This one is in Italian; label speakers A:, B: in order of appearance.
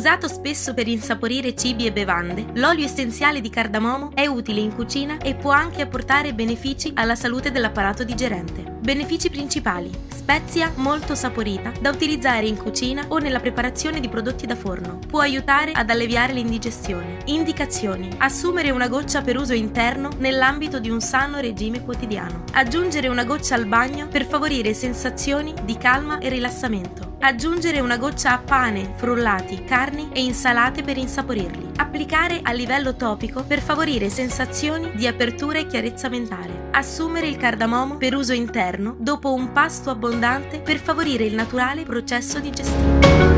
A: Usato spesso per insaporire cibi e bevande, l'olio essenziale di cardamomo è utile in cucina e può anche apportare benefici alla salute dell'apparato digerente. Benefici principali: spezia molto saporita da utilizzare in cucina o nella preparazione di prodotti da forno. Può aiutare ad alleviare l'indigestione. Indicazioni: assumere una goccia per uso interno nell'ambito di un sano regime quotidiano. Aggiungere una goccia al bagno per favorire sensazioni di calma e rilassamento. Aggiungere una goccia a pane, frullati, carni e insalate per insaporirli. Applicare a livello topico per favorire sensazioni di apertura e chiarezza mentale. Assumere il cardamomo per uso interno dopo un pasto abbondante per favorire il naturale processo digestivo.